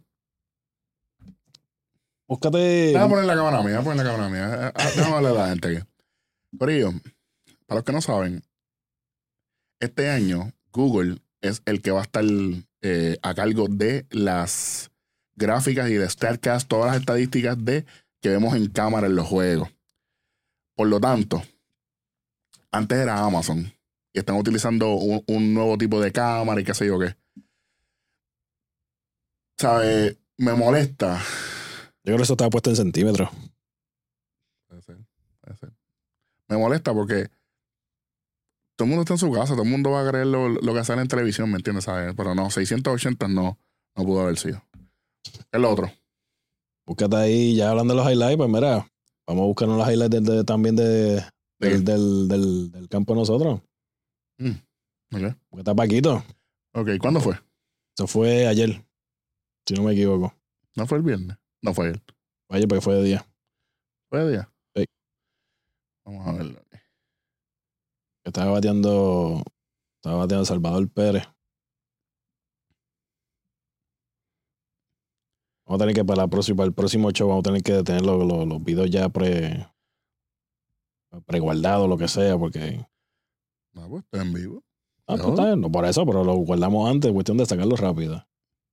Búscate. Déjame poner la cámara mía, Déjame hablar a la gente aquí. Corillo, para los que no saben, este año Google es el que va a estar a cargo de las gráficas y de StatCast, todas las estadísticas que vemos en cámara en los juegos. Por lo tanto, antes era Amazon y están utilizando un nuevo tipo de cámara y qué sé yo qué. ¿Sabes? Me molesta. Yo creo que eso estaba puesto en centímetros. Puede ser. Me molesta porque todo el mundo está en su casa, todo el mundo va a creer lo que sale en televisión, ¿me entiendes? ¿Sabes? Pero no, 680 no pudo haber sido. El otro. Búscate ahí, ya hablando de los highlights, pues mira, vamos a buscar los highlights también del campo de nosotros. Okay. Porque está Paquito. Ok, ¿cuándo fue? Eso fue ayer, si no me equivoco. ¿No fue el viernes? No fue ayer. Ayer porque fue de día. ¿Fue de día? Sí. Vamos a verlo. Estaba bateando Salvador Pérez. Vamos a tener que para el próximo show vamos a tener que tener los videos ya preguardados, lo que sea, porque... No, pues está en vivo. Ah, tú estás, no por eso, pero lo guardamos antes, cuestión de sacarlo rápido.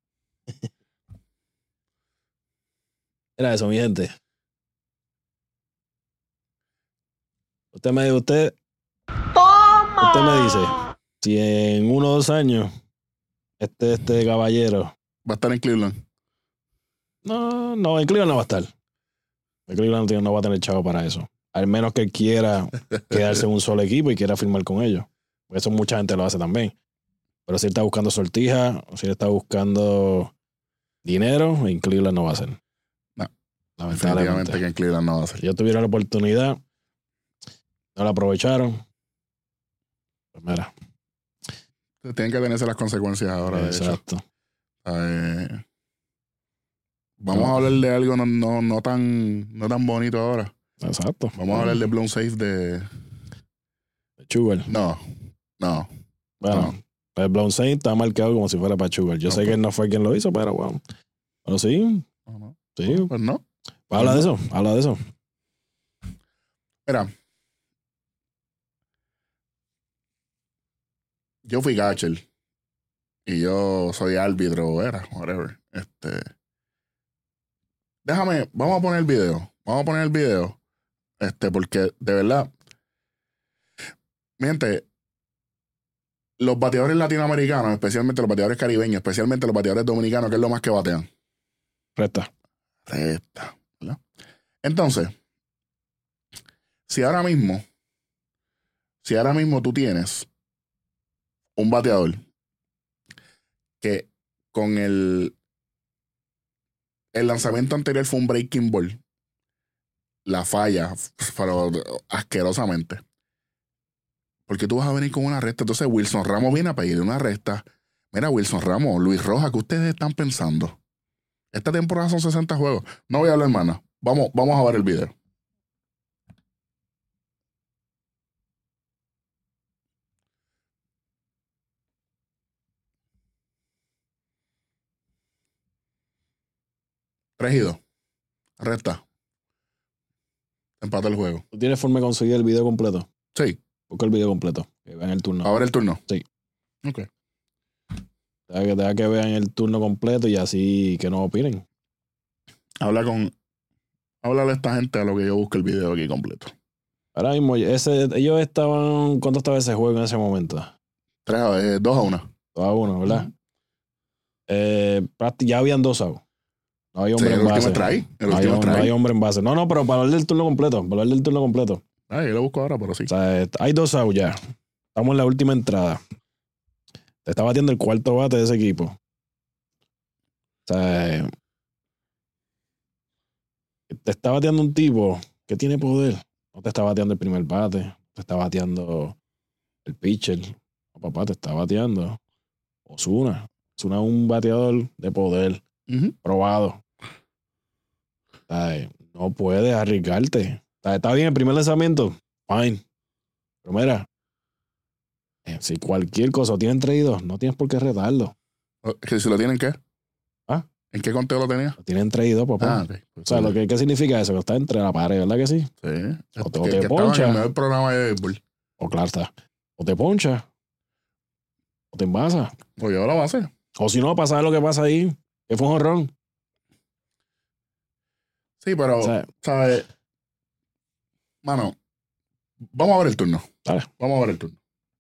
Era eso, mi gente. Usted me dice, si en 1 o 2 años este caballero Va a estar en Cleveland. No, en Cleveland no va a estar. En Cleveland no va a tener chavo para eso. Al menos que él quiera quedarse en un solo equipo y quiera firmar con ellos. Por eso mucha gente lo hace también. Pero si él está buscando sortija, o si él está buscando dinero, en Cleveland no va a ser. No. Lamentablemente. Definitivamente que en Cleveland no va a ser. Si ellos tuvieron la oportunidad, no la aprovecharon. Pues mira. Tienen que tenerse las consecuencias ahora. Exacto. De hecho. Vamos a hablar de algo no tan bonito ahora. Exacto. Vamos a hablar de Blown Safe de Sugar. No. Bueno, el Blown Safe está marcado como si fuera para Sugar. Yo sé que él no fue quien lo hizo, pero bueno. Pero sí. No. Sí. Pues no. Habla de eso. Mira. Yo fui catcher. Y yo soy árbitro, whatever. Vamos a poner el video. Porque de verdad, mi gente, los bateadores latinoamericanos, especialmente los bateadores caribeños, especialmente los bateadores dominicanos, que es lo más que batean. Recta, ¿verdad? Entonces, si ahora mismo tú tienes un bateador que con el lanzamiento anterior fue un breaking ball, la falla, pero asquerosamente, porque tú vas a venir con una recta. Entonces Wilson Ramos viene a pedirle una recta. Mira, Wilson Ramos, Luis Rojas, ¿qué ustedes están pensando? Esta temporada son 60 juegos. No voy a hablar, hermana. Vamos a ver el video. Regido. Recta. Empata el juego. ¿tú tienes forma de conseguir el video completo? Sí. Busca el video completo. Que vean el turno. ¿A ver el turno? Sí. Ok. Deja que vean el turno completo y así que no opinen. Háblale a esta gente a lo que yo busque el video aquí completo. Ahora mismo, ellos estaban... ¿Cuánto estaba ese juego en ese momento? 2-1. 2-1, ¿verdad? Ya habían 2 outs. No hay hombre en base. No hay hombre en base. No, pero para hablar del turno completo. Yo lo busco ahora, pero sí. O sea, hay 2 outs ya. Estamos en la última entrada. Te está batiendo el cuarto bate de ese equipo. O sea, te está bateando un tipo que tiene poder. No te está bateando el primer bate. Te está bateando el pitcher. No, papá, te está bateando Ozuna. Ozuna es un bateador de poder, probado. Ay, no puedes arriesgarte. Está bien el primer lanzamiento, fine. Pero mira, si cualquier cosa tienen traído, no tienes por qué retarlo. ¿Que si lo tienen qué? ¿Ah? ¿En qué conteo lo tenía? Lo tienen traído, papá. Okay. Pues, o sea, ¿qué significa eso? Que está entre la pared, ¿verdad que sí? Sí. O te poncha. En el mejor programa de béisbol. O claro está. O te poncha. O te envasa. O yo la base. O si no, pasa lo que pasa ahí. Que fue un jorrón. Sí, pero, ¿sabes? Mano, vamos a ver el turno. Dale. Vamos a ver el turno.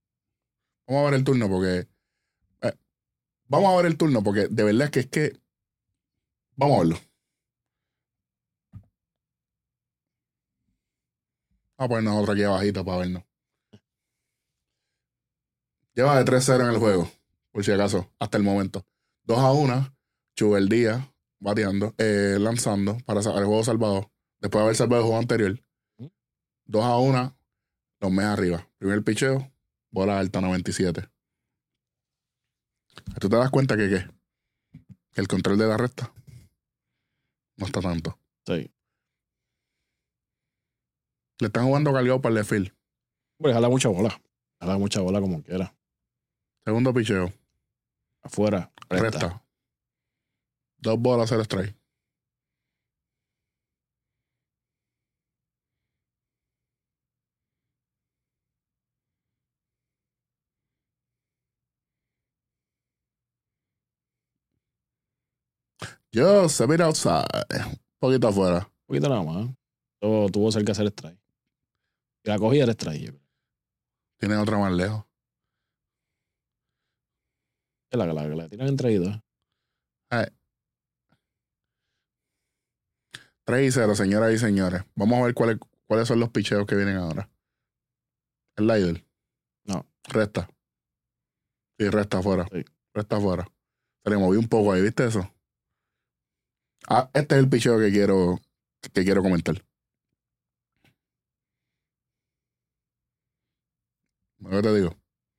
Porque de verdad es que vamos a verlo. Vamos a ponernos otra aquí abajita para vernos. Lleva de 3-0 en el juego, por si acaso, hasta el momento. 2-1, Chuber Díaz bateando, lanzando para el juego salvado. Después de haber salvado el juego anterior. 2-1, los Mets arriba. Primer picheo, bola alta 97. ¿Tú te das cuenta que el control de la recta no está tanto? Sí. Le están jugando cargado para el left field. Hombre, jala mucha bola como quiera. Segundo picheo. Afuera. Recta. 2 bolas, 0 strike. Yo se mira outside. Un poquito afuera. Un poquito nada más. Tuvo cerca de hacer strike. Y la cogía era strike. Tienen otra más lejos. Es la que la tienen traído. 3-0, señoras y señores. Vamos a ver cuáles son los picheos que vienen ahora. ¿El Lidl? No. Resta. Sí, resta afuera. Sí. Resta afuera. Se le movió un poco ahí, ¿viste eso? Este es el picheo que quiero comentar. ¿Qué te digo?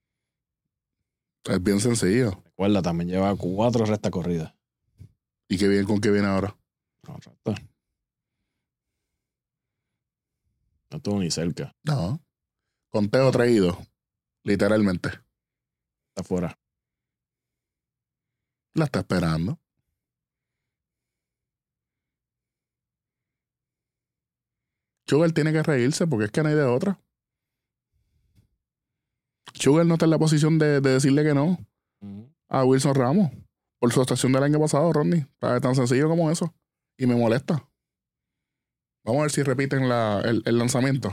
Es bien sencillo. Recuerda, también lleva 4 rectas corridas. ¿Y qué bien con qué viene ahora? No, recta. No estuvo ni cerca. No. Conteo traído. Literalmente. Está afuera. La está esperando. Sugar tiene que reírse porque es que no hay de otra. Sugar no está en la posición de decirle que no a Wilson Ramos por su actuación del año pasado, Rodney. Es tan sencillo como eso. Y me molesta. Vamos a ver si repiten el lanzamiento.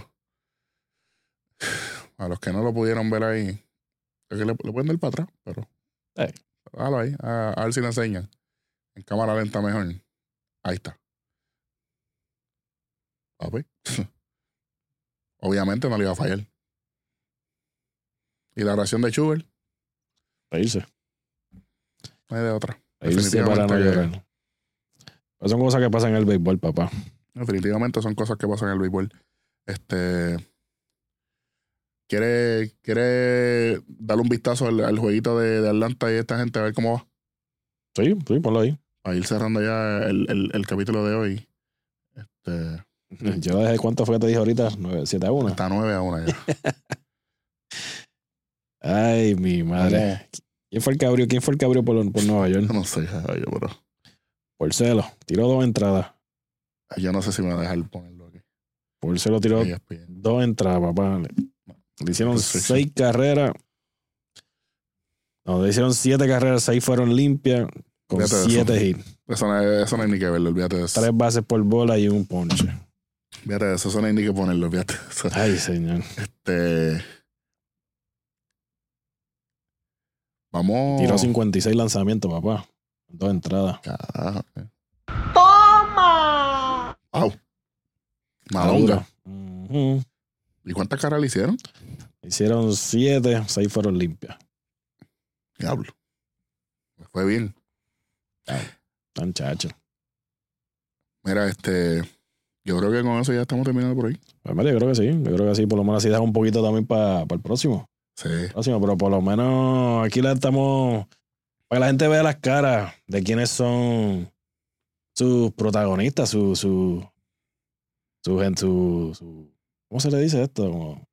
A los que no lo pudieron ver ahí, es que le pueden dar para atrás, pero déjalo ahí, a ver si le enseñan. En cámara lenta mejor. Ahí está. Papi. Obviamente no le iba a fallar. Y la oración de Sugar. Reírse. No hay de otra. Reírse para no llorar. Pues son cosas que pasan en el béisbol, papá. Definitivamente son cosas que pasan en el béisbol. ¿Quiere darle un vistazo al jueguito de Atlanta y esta gente a ver cómo va? Sí, ponlo ahí. A ir cerrando ya el capítulo de hoy. Yo dejé cuánto fue que te dije ahorita, 7-1. Está 9-1 ya. Ay, mi madre. ¿Quién fue el que abrió por Nueva York? No sé, pero Porcelo. Tiró 2 entradas. yo no sé si me va a dejar ponerlo aquí. Porcelo tiró 2 entradas, papá. Le hicieron 6 carreras. No, le hicieron 7 carreras, 6 fueron limpias, con 7 hits. Eso no hay ni que verlo, olvídate de eso. 3 bases por bola y un ponche. Olvídate de eso no hay ni que ponerlo, olvídate de eso. Ay, señor. Vamos. Tiró 56 lanzamientos, papá. 2 entradas. Carajo. ¡Toma! ¡Au! Malonga. Uh-huh. ¿Y cuántas carreras le hicieron? Hicieron 7, 6 fueron limpias. Diablo. Me fue bien. Tan chacho. Mira, yo creo que con eso ya estamos terminando por ahí. Pues mira, yo creo que sí. Por lo menos así deja un poquito también para el próximo. Sí. Pero por lo menos aquí la estamos Para que la gente vea las caras de quiénes son sus protagonistas, su gente, ¿cómo se le dice esto? Como,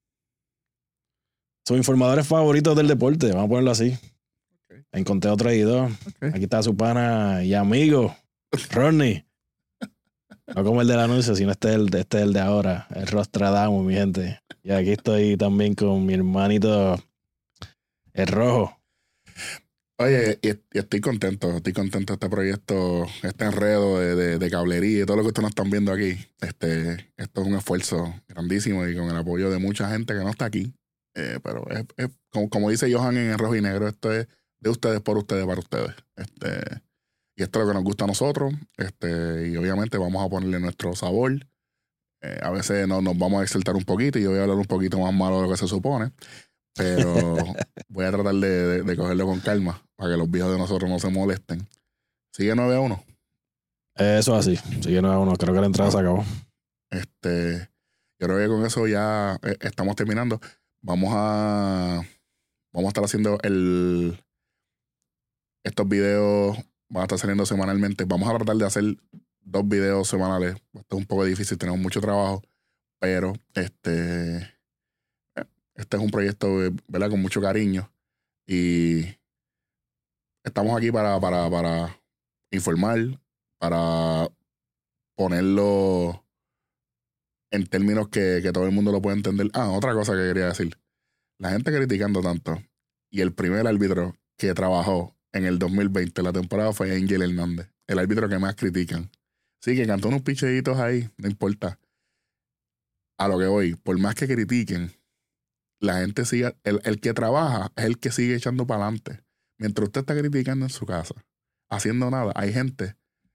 sus informadores favoritos del deporte, vamos a ponerlo así. Okay. En Conteo Traidor. Okay. Aquí está su pana y amigo, Rodney. No como el del anuncio, sino este es el de ahora, el Rostradamus, mi gente. Y aquí estoy también con mi hermanito, el Rojo. Oye, y estoy contento de este proyecto, este enredo de cablería y todo lo que ustedes nos están viendo aquí. Esto es un esfuerzo grandísimo y con el apoyo de mucha gente que no está aquí. Pero es como dice Johan en Rojo y Negro, esto es de ustedes, por ustedes, para ustedes. Y esto es lo que nos gusta a nosotros. Y obviamente vamos a ponerle nuestro sabor. A veces nos vamos a exaltar un poquito y yo voy a hablar un poquito más malo de lo que se supone. Pero voy a tratar de cogerlo con calma para que los viejos de nosotros no se molesten. Sigue 9-1. Eso así, sigue 9-1. Creo que la entrada se acabó. Yo creo que con eso ya estamos terminando. Vamos a estar haciendo estos videos, van a estar saliendo semanalmente. Vamos a tratar de hacer 2 videos semanales. Esto es un poco difícil, tenemos mucho trabajo, pero este es un proyecto, ¿verdad?, con mucho cariño. Y estamos aquí para informar, para ponerlo en términos que todo el mundo lo pueda entender. Otra cosa que quería decir. La gente criticando tanto. Y el primer árbitro que trabajó en el 2020, la temporada, fue Angel Hernández. El árbitro que más critican. Sí, que cantó unos picheitos ahí, no importa. A lo que voy, por más que critiquen, la gente sigue, el que trabaja es el que sigue echando para adelante. Mientras usted está criticando en su casa, haciendo nada, hay gente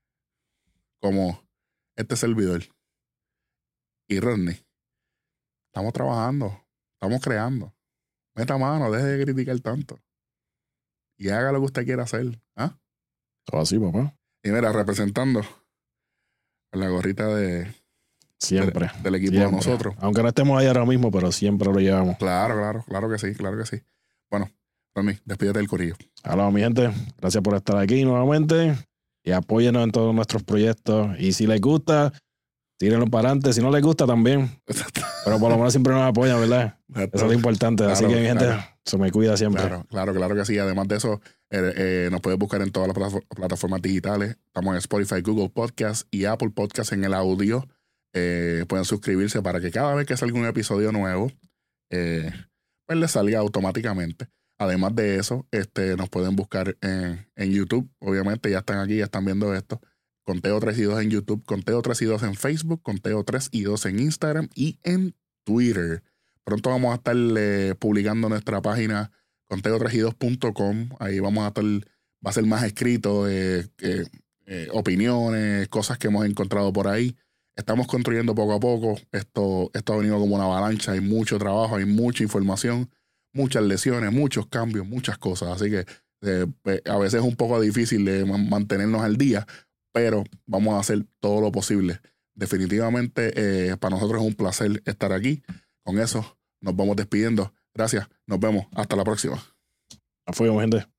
como este servidor y Rodney. Estamos trabajando, estamos creando. Meta mano, deje de criticar tanto. Y haga lo que usted quiera hacer. Todo así, papá. Y mira, representando la gorrita siempre del equipo siempre. de nosotros. Aunque no estemos ahí ahora mismo, pero siempre lo llevamos. Claro que sí. Bueno, Rodney, despídete del corillo. Hola, mi gente. Gracias por estar aquí nuevamente. Y apóyenos en todos nuestros proyectos. Y si les gusta, tírenlo para adelante. Si no les gusta, también. Pero por lo menos siempre nos apoyan, ¿verdad? Eso es lo importante. Así que, mi gente, se me cuida siempre. Claro que sí. Además de eso, nos puedes buscar en todas las plataformas digitales. Estamos en Spotify, Google Podcast y Apple Podcast en el audio. Pueden suscribirse para que cada vez que salga un episodio nuevo, pues les salga automáticamente. Además de eso, nos pueden buscar en YouTube. Obviamente ya están aquí, ya están viendo esto. Conteo 3 y 2 en YouTube, Conteo 3 y 2 en Facebook, Conteo 3 y 2 en Instagram y en Twitter. Pronto vamos a estar publicando nuestra página conteo3y2.com. Ahí vamos a estar, va a ser más escrito, opiniones, cosas que hemos encontrado por ahí. Estamos construyendo poco a poco. Esto ha venido como una avalancha. Hay mucho trabajo, hay mucha información, muchas lesiones, muchos cambios, muchas cosas. Así que a veces es un poco difícil de mantenernos al día, pero vamos a hacer todo lo posible. Definitivamente, para nosotros es un placer estar aquí. Con eso, nos vamos despidiendo. Gracias, nos vemos. Hasta la próxima. A fuego, gente.